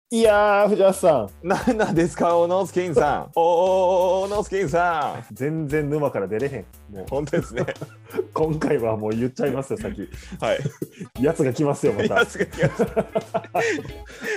いやー、藤原さん、 何なんですか、オノスケンさん。オノスケンさん。 全然沼から出れへん。もう本当ですね。 今回はもう言っちゃいますよ、先。 はい。 やつが来ますよ、また。 やつが来ました。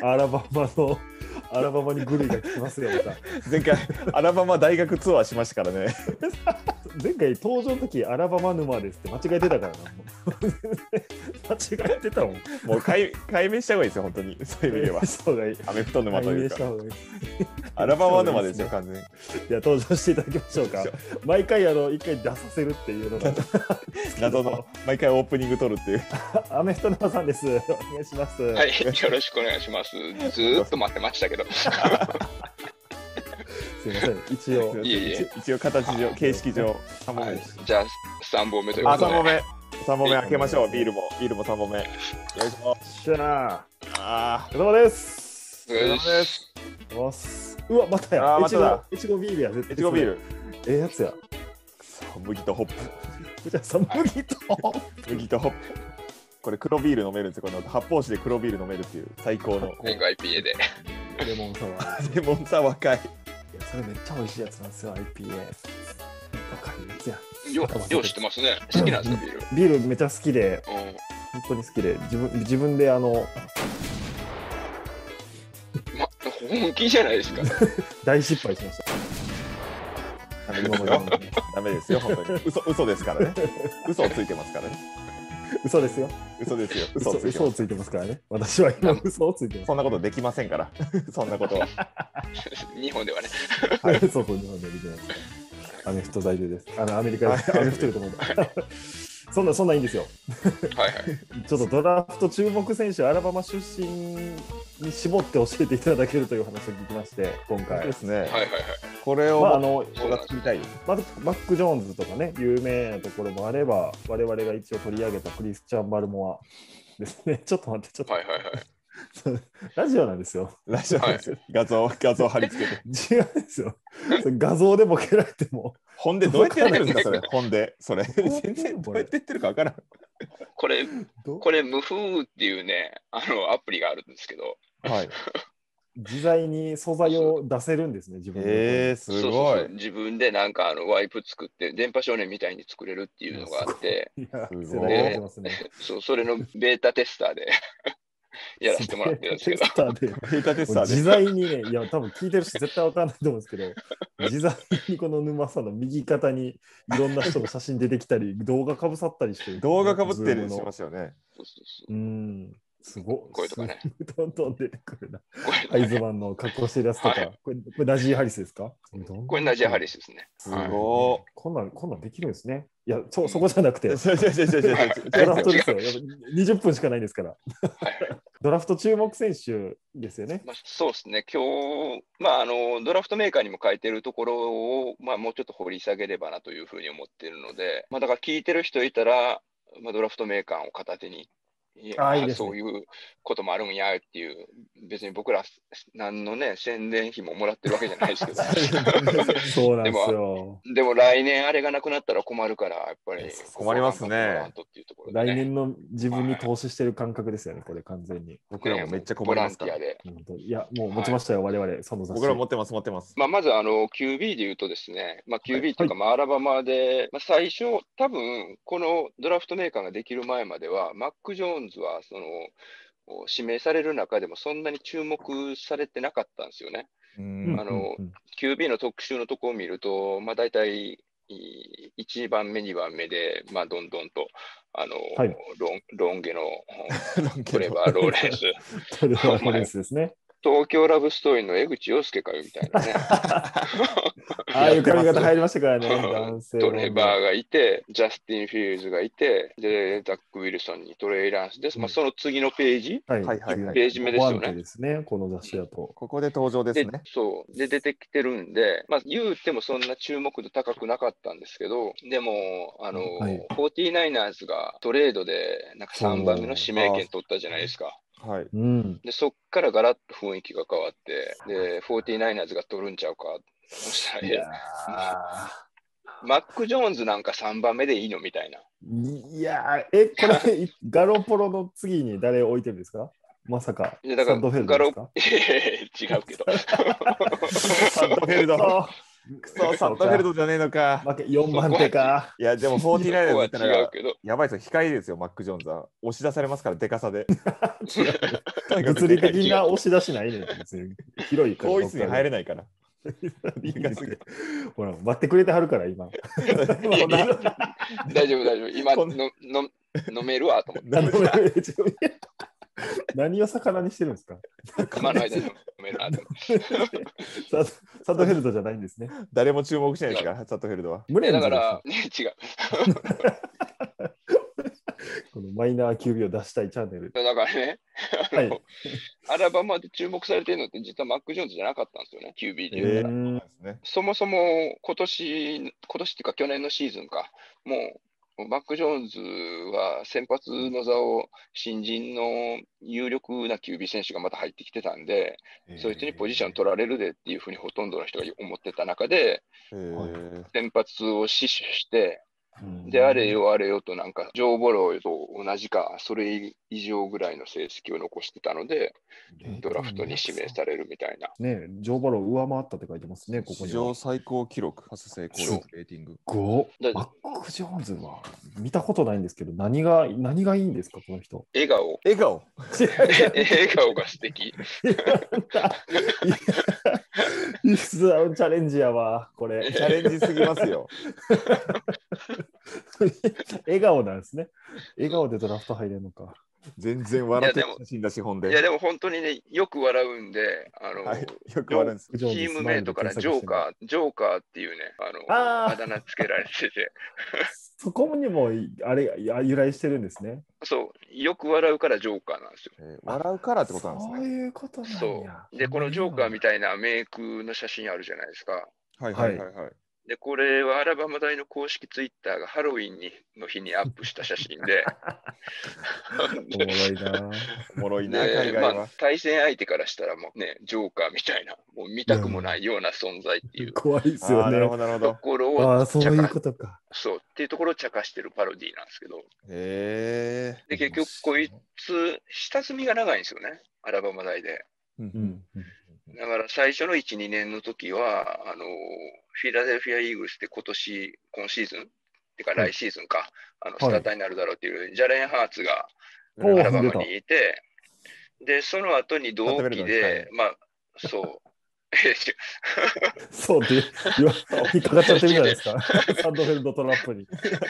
アラバマにグルイが来ますよ、また。 前回、アラバマ大学ツアーしましたからね。 前回登場の時アラバマ沼ですって間違えてたからな。もう間違えてたもん。 もう解明した方がいいですよ、本当に。そういう意味では。 そうがいい。 アメフト沼というか。 解明した方がいいアラバマ沼ですよ、完全に。 じゃあ登場していただきましょうか。毎回一回出させるっていうのが謎の毎回オープニング撮るっていう。 アメフト沼さんです。お願いします。 はい、よろしくお願いします。ずーっと待ってましたけど。 すいません、一応。 いえいえ一応形上、形式上。3本はい目です。、 じゃあ3本目というあ、3 ことで。 本目。3本目開けましょう。ビールも3本目。よいしょ。 しゃあー。お疲れ様です。 ー、お疲れ様です。 おっす。うわ、またや。 あーまただいちごビールや。絶対いちごビール。 ええやつや。 麦とホップ。 じゃあ、さ麦と。 麦とホップ。これ黒ビール飲めるんですよ。この発泡酒で黒ビール飲めるっていう最高の年が IPA で。 レモンサワー。 レモンサワーかい。 いや、それめっちゃ美味しいやつなんですよ、IPA。赤いやつや。 よう知ってますね。好きなんですか、ビール。 ビールめっちゃ好きで、 うん本当に好きで、自分で本気じゃないですか。 大失敗しました。 ダメですよ、本当に。嘘ですからね。嘘をついてますからね。 嘘ですよ。 嘘ですよ。 嘘をついてますからね。私は今嘘をついてます。 そんなことできませんから。そんなことは。 日本ではね。 はい、そうそう、日本でできないです。アメフト在住です。アメリカでアメフトいると思うんだ。そんないいんですよ。 はいはい。 ちょっとドラフト注目選手、アラバマ出身に絞って教えていただけるという話を聞きまして、今回。 ですね。 はいはいはい。 これを、 まあ小学みたいです。 マック・ジョーンズとかね、有名なところもあれば、我々が一応取り上げたクリスチャン・バルモアですね。ちょっと待って、ちょっと、 はいはいはい。 ラジオなんですよ。 ラジオですよ。画像貼り付けて。 違うんですよ。それ画像でボケられても。 本でどうやってやってるんですか、それ。本で。それ。全然どうやってやってるかわからん。 これ無風っていうね、アプリがあるんですけど。 はい。 自在に素材を出せるんですね、自分で。 すごい。 自分でなんかワイプ作って、電波少年みたいに作れるっていうのがあって、 いや、 すごい世代が出ますね。 それのベータテスターでやらせてもらってるんですけど。 ベータテスターで。自在にね、いや、多分聞いてる人絶対わかんないと思うんですけど、自在にこの沼さんの右肩にいろんな人の写真出てきたり、動画かぶさったりしてる。 動画かぶってるしますよね。 すごい。 これとかね。 どんどん出てくるな。アイズマンの格好してるやつとか。これナジー・ハリスですか？ これナジー・ハリスですね。 すごい。 こんなんできるんですね。いや、そこじゃなくて。ドラフトですよ。20分しかないんですから。ドラフト注目選手ですよね。 そうですね。今日、ドラフトメーカーにも書いてるところを、もうちょっと掘り下げればなというふうに思っているので、だから聞いてる人いたら、ドラフトメーカーを片手に、そういうこともあるんやっていう、別に僕ら何のね、宣伝費ももらってるわけじゃないですけど。 そうなんですよ。 でも来年あれがなくなったら困るから、やっぱり困りますね。 来年の自分に投資してる感覚ですよね、これ完全に。 僕らもめっちゃ困りますから。 いや、もう持ちましたよ、我々、その雑誌。 僕ら持ってます。 まずQB で言うとですね、QB というか、アラバマで、最初、多分このドラフトメーカーができる前までは、マック・ジョーンズは指名される中でもそんなに注目されてなかったんですよね。QB の特集のところを見ると、大体1番目、2番目で、どんどんとロン毛のトレバー・ローレンス。 トレバー・ローレンスですね。 東京ラブストーリーの江口洋介かよみたいなね。 ああいう髪型入りましたからね、男性。 トレバーがいて、ジャスティン・フィールズがいて、で、ザック・ウィルソンにトレイ・ランスです。その次のページ、ページ目ですよね。 ですね、この雑誌だと。 ここで登場ですね。 そう。で、出てきてるんで、言うてもそんな注目度高くなかったんですけど、でも、49ers がトレードで、なんか3番目の指名権取ったじゃないですか。で、そっからガラッと雰囲気が変わって、で、49ers が取るんちゃうか。そしたら、マック・ジョーンズなんか3番目でいいのみたいな。 いやこれ、ガロポロの次に誰を置いてるんですか？ まさか、 いやだからサンドフェルドですか？ 違うけど。 サンドフェルド。くそ、サンドフェルドじゃねえのか。 負け4番手か。 いや、でも49 そこはだったら違うけど。 やばいですよ。控えですよ、マック・ジョーンズは。押し出されますから、でかさで。とにかく物理的な押し出しないねん。別に広いから。 更衣室に入れないから。 ほら、待ってくれてはるから、今。 大丈夫、大丈夫。今飲めるわと思って。 何を魚にしてるんですか？ 今の間に飲めるなと思って。 サドフェルドじゃないんですね。 誰も注目しないですから、サドフェルドは。 だから、ね、違う。 このマイナー QB を出したいチャンネル。 だからね、アラバマで注目されてるのって実はマック・ジョーンズじゃなかったんですよね、QB で言ったら。そもそも今年っていうか去年のシーズンか、もうマック・ジョーンズは先発の座を新人の有力な QB 選手がまた入ってきてたんで、そいつにポジション取られるでっていうふうにほとんどの人が思ってた中で、先発を死守して、で、あれよあれよとなんか、ジョー・ボローと同じか、それ以上ぐらいの成績を残してたので、ドラフトに指名されるみたいな。 ね、ジョー・ボロー上回ったって書いてますね、ここに。 史上最高記録、パス成功率レーティング。 マック・ジョーンズは見たことないんですけど、何がいいんですか、この人。 笑顔。 笑顔が素敵。 チャレンジやわ、これ。 チャレンジすぎますよ。 笑顔なんですね。笑顔でドラフト入れるのか。 全然笑ってる写真だし、ほんで。 いや、でも本当にね、よく笑うんで、 よく笑うんです。 チームメイトからジョーカーっていうね、あだ名つけられてて。 そこにも由来してるんですね。 そう、よく笑うからジョーカーなんですよ。 笑うからってことなんですね。 そういうことなんや。 そう。で、このジョーカーみたいなメイクの写真あるじゃないですか。 はいはいはいはい。 で、これはアラバマ大の公式ツイッターがハロウィンの日にアップした写真で。 おもろいな。 おもろいな、海外は。 対戦相手からしたらもうね、ジョーカーみたいな、もう見たくもないような存在っていう。 怖いですよね。 なるほど、なるほど。 ところをそういうことか。 そう、っていうところを茶化してるパロディなんですけど。 で、 結局、こいつ、下積みが長いんですよね、アラバマ大で。だから最初の1、2年の時は、フィラデルフィア・イーグルスって今シーズンってか来シーズンか、スターターになるだろうっていう、ジャレン・ハーツがアラバマにいて、で、その後に同期で、まあ、そう。 そうって引っかかっちゃってるじゃないですか。サンドフェルドトラップに。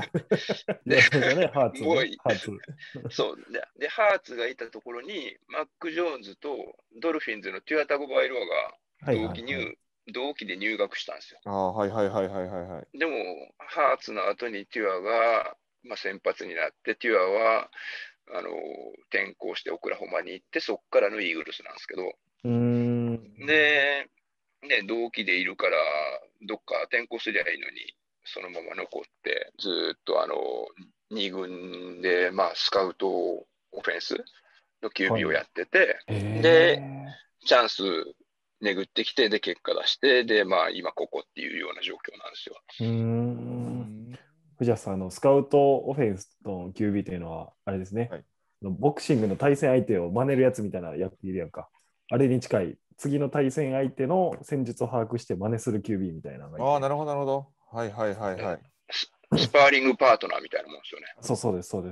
ハーツ。 そうで、ハーツがいたところに、マック・ジョーンズとドルフィンズのテュアタゴバイロアが同期で入学したんですよ。 はいはいはいはいはい。 でも、ハーツの後にテュアが、先発になって、テュアは転校してオクラホマに行って、そこからのイーグルスなんですけど、で、ね、同期でいるから、どっか転校すりゃいいのに、そのまま残って、ずっと2軍で、スカウトオフェンスの QB をやってて、で、チャンス巡ってきて、で、結果出して、で、今ここっていうような状況なんですよ。 藤谷さん、スカウトオフェンスの QB というのは、あれですね、ボクシングの対戦相手を真似るやつみたいなやついるやんか。あれに近い、次の対戦相手の戦術を把握して真似する QB みたいなのがいて。 なるほど、なるほど。はいはいはいはい。 スパーリングパートナーみたいなもんですよね。 そうです、そうです。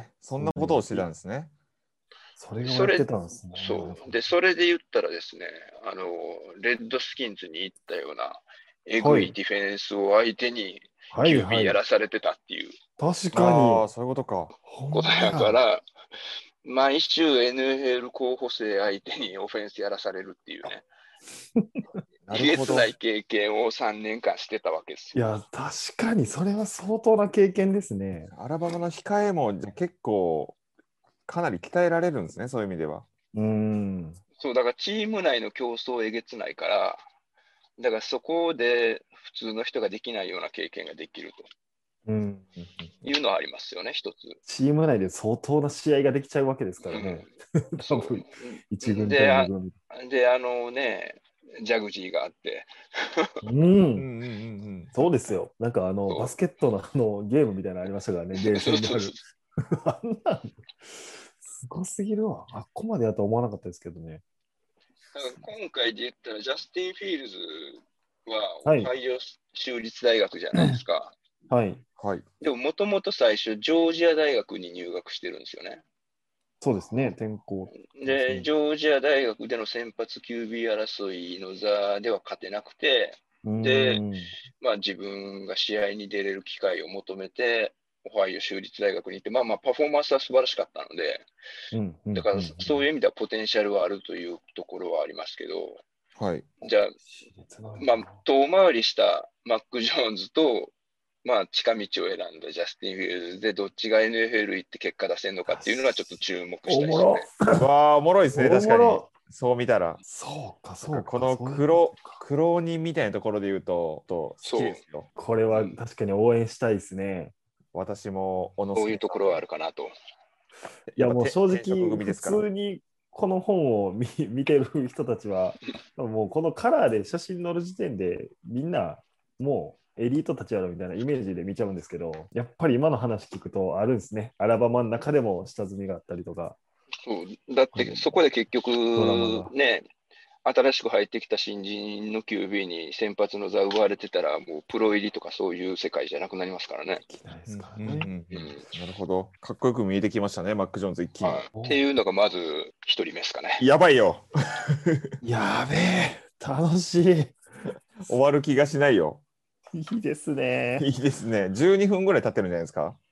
そんなことをしてたんですね。 それをやってたんですね。 で、それで言ったらですね、レッドスキンズに行ったような、エグいディフェンスを相手に QB やらされてたっていう。 確かに。 そういうことか。 ことやから、毎週 NFL 候補生相手にオフェンスやらされるっていうね。えげつない経験を3年間してたわけですよ。いや、確かにそれは相当な経験ですね。 アラバマの控えも結構かなり鍛えられるんですね、そういう意味では。 そう、だからチーム内の競争えげつないから、だからそこで普通の人ができないような経験ができるというのはありますよね、一つ。 チーム内で相当な試合ができちゃうわけですからね。多分1軍と2軍。 で、ジャグジーがあって。 そうですよ。なんかバスケットのゲームみたいなのありましたからね、ゲーセンにある。 すごすぎるわ。あっこまでやと思わなかったですけどね。 だから今回で言ったら、ジャスティン・フィールズははい。 オハイオ州立大学じゃないですか。 はい。 はい。 でも、もともと最初、ジョージア大学に入学してるんですよね。 そうですね。転校ですで、 ね。 ジョージア大学での先発 QB 争いの座では勝てなくて、 うーで、 ん。 まあ、自分が試合に出れる機会を求めて、オハイオ州立大学に行って、まあまあ、パフォーマンスは素晴らしかったので、 うんうんだからうんそういう意味ではポテンシャルはあるというところはありますけど、 はい。 じゃあ、 熾烈なんやまあ、 な。 遠回りしたマック・ジョーンズと、まあ、近道を選んだジャスティン・フィールズで、どっちが NFL 行って結果出せるのかっていうのはちょっと注目したいですね。 おもろ。 わあ、おもろいですね、 お確かに。 もろ。 そう見たら。 そうか、そうか。 なんかこのそういうことか。 苦労人みたいなところで言うと、好きですよ。 これは確かに応援したいですね。 私も小野そういう助さん。 ところはあるかなと。 いや、 やっぱもう正転職直、普組ですから。 通にこの本を見てる人たちは、もうこのカラーで写真載る時点で、みんなもうエリートたちやろみたいなイメージで見ちゃうんですけど、やっぱり今の話聞くとあるんですね。アラバマの中でも下積みがあったりとか、 そうだってそこで結局ドラマが。 ね、新しく入ってきた新人の QB に先発の座奪われてたら、もうプロ入りとかそういう世界じゃなくなりますからね。 できないですうんからね。 なるほど。かっこよく見えてきましたね、マック・ジョーンズ一気に。 っていうのがまず一人目ですかね。 やばいよ。 やべえ、楽しい。 終わる気がしないよ。 いいですね。 いいですね。12分ぐらい経ってるんじゃないですか。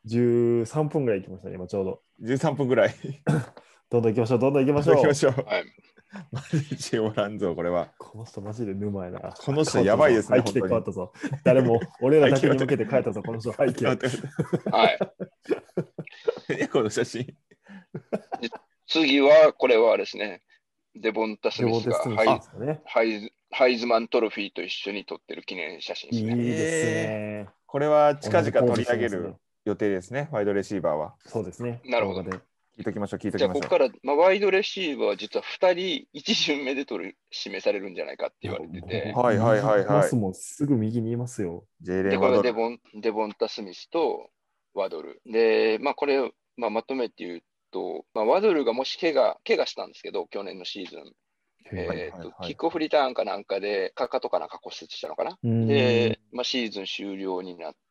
13分ぐらい行きましたね、今ちょうど。 13分ぐらい。 どんどん行きましょう、どんどん行きまし行きまょう。 しょう。 はい。 マジでおらんぞ、これは。 この人マジで沼やな。 この人やばいですね、 背景変わったぞ。 本誰も俺らだけに向けて変えたぞ、この人背景。 待ってはい。 何この写真。 次は、これはですね、デボンタ・スデボンテミスがスミスですかね。 ハイズマントロフィーと一緒に撮ってる記念写真ですいね。 いですね。 これは近々取り上げ同じポーズしてまするね予定ですね、ワイドレシーバーは。 そうですね。 なるほど動画で。 聞いときましょう、聞いとじゃあ、 きましょう。 ここから、まあ、ワイドレシーバーは実は2人、1巡目で指名されるんじゃないかって言われてて、 はいはいはいはいいますもん、すぐ右にいますよ。 ジェイレで、 ン・ワドル。 これがデボンタ・スミスとワドル。で、まあ、これ、まあ、まとめて言うと、まあ、ワドルがもし怪我したんですけど、去年のシーズン。キックオフリターンかなんかで、かかとかなんか骨折したのかな。で、まあ、シーズン終了になって、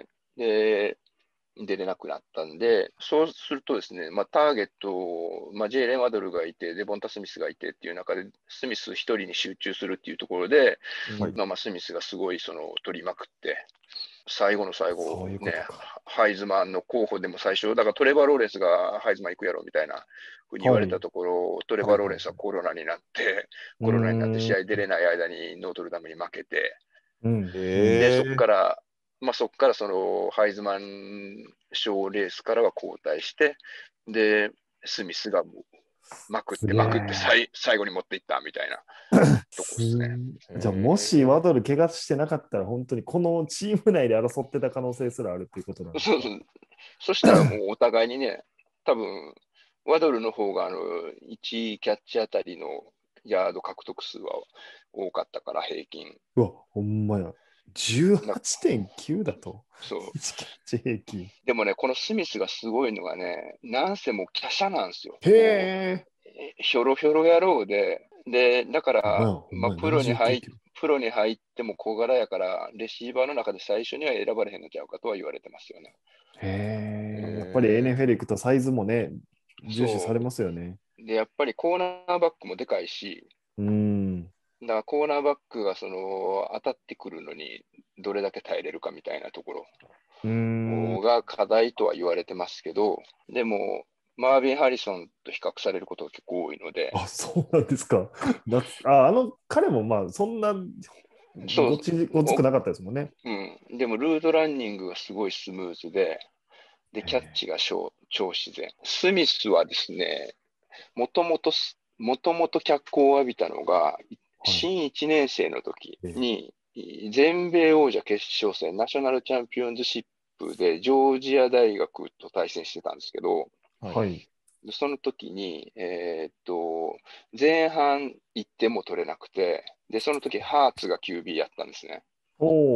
で、出れなくなったんで、そうするとですね、まあ、ターゲット、まあ、ジェイレン・ワドルがいて、デボンタ・スミスがいてっていう中で、スミス一人に集中するっていうところで、 はいまあ、スミスがすごい取りまくって、最後の最後、 そういうことかハイズマンの候補でも最初、だからトレバー・ローレンスがハイズマン行くやろみたいなふうに言われたところ、トレバー・ローレンスはコロナになって試合出れない間にノートルダムに負けて、で、そこからそのハイズマン賞レースからは交代して、で、スミスがもうまくって最後に持っていったみたいなとこですね。 じゃあ、もしワドル怪我してなかったら、本当にこのチーム内で争ってた可能性すらあるっていうことなんですか。 そしたらもうお互いにね、多分ワドルの方が1キャッチあたりのヤード獲得数は多かったから、平均。 うわ、ほんまや。18.9だと。 そう。 1キャッチ平均。 でもね、このスミスがすごいのがね、なんせもう華奢なんですよ。 へえ。ひょろひょろ野郎で、だから、まあ、プロに入っても小柄やから、レシーバーの中で最初には選ばれへんのちゃうかとは言われてますよね。 やっぱり NFL 行くとサイズもね、重視されますよね。 で、やっぱりコーナーバックもでかいし、だからコーナーバックが当たってくるのにどれだけ耐えれるかみたいなところが課題とは言われてますけど、でも、マービン・ハリソンと比較されることが結構多いので。 あ、そうなんですか。彼もまあ、そんなごつくなかったですもんね。 でも、ルートランニングがすごいスムーズで、キャッチが超自然。スミスはですね、もともと脚光を浴びたのが、新1年生の時に、全米王者決勝戦、ナショナルチャンピオンズシップでジョージア大学と対戦してたんですけど、その時に、前半1点も取れなくて、で、その時ハーツが QB やったんですね。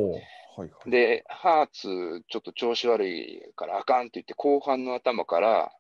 で、ハーツちょっと調子悪いからあかんって言って、後半の頭から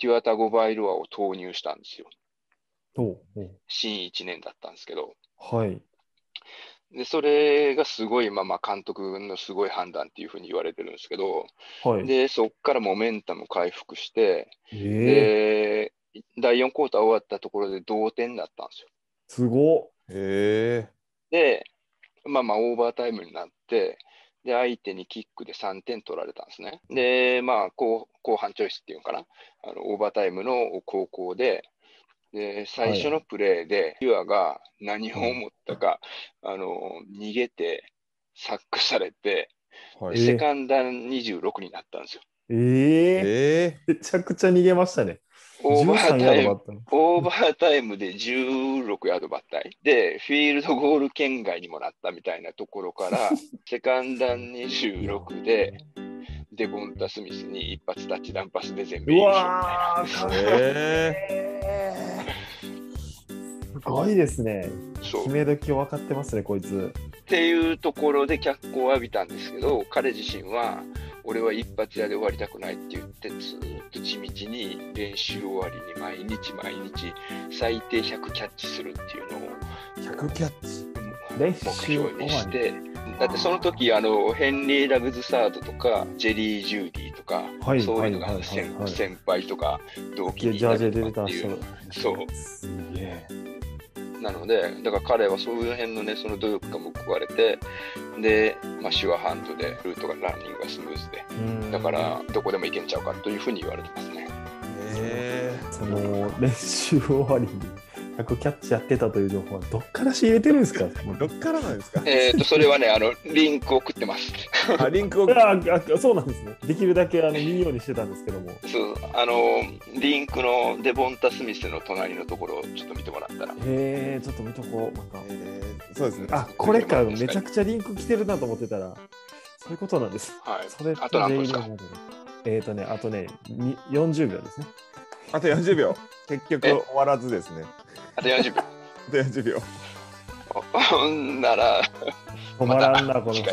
テュアタゴバイロアを投入したんですよ。 おう新1年だったんですけど。 はい。 で、それがすごい、監督のすごい判断っていうふうに言われてるんですけど、 はい。 で、そこからモメンタム回復して、 えで、第4クォーター終わったところで同点になったんですよ。 すごっ。 で、オーバータイムになって、で、相手にキックで3点取られたんですね。で、後半チョイスっていうのかな、オーバータイムの高校で、最初のプレーで、ピュアが何を思ったか、逃げて、サックされて、セカンダン26になったんですよ。 めちゃくちゃ逃げましたね。 オーバータイムで16ヤードバッタイで、フィールドゴール圏外にもなったみたいなところから、セカンダン26で、デボンタ・スミスに一発タッチダウンパスで全部優勝みたいな。 すごいですね。決め時を分かってますね、こいつ。 っていうところで脚光を浴びたんですけど、彼自身は、俺は一発屋で終わりたくないって言って、ずっと地道に練習終わりに毎日最低100キャッチするっていうのを 100キャッチ目標にして、だってその時ヘンリー・ラグズサードとかジェリー・ジューディとか、そういうのが先輩とか同期にいたりとかっていう。そうすげえ。なので、だから彼はそういう辺のね、その努力が報われて、で、シュアハンドでルートがランニングがスムーズで、だからどこでも行けんちゃうかというふうに言われてますね。 その練習終わりに100キャッチやってたという情報はどっから仕入れてるんですか？ どっからなんですか？ それはね、リンクを送ってます。 リンクをそうなんですね。できるだけ見るようにしてたんですけども。 そう、リンクのデボンタ・スミスの隣のところをちょっと見てもらったら。 ちょっと見とこう。 そうですね。 これか、めちゃくちゃリンク来てるなと思ってたら、そういうことなんです。 はい。 それあと何分ですか？ あとね、40秒ですね。 あと40秒。結局終わらずですね。 あと40秒。 あと40秒。 ほんなら、 止まらんな、この人。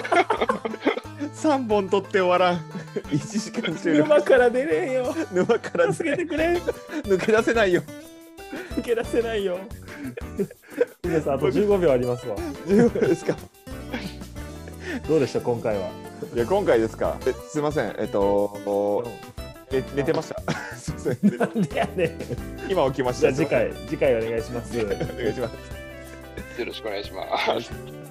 3本取って終わらん。1時間中沼から出れんよ。 沼から助けてくれ。 抜け出せないよ。 抜け出せないよ。皆さん、あと15秒ありますわ。 15秒ですか。 どうでした今回は？ いや、今回ですか。すいません。寝てました。すいません。 なんでやねん。 今起きました。 じゃあ次回お願いします。 お願いします。 よろしくお願いします。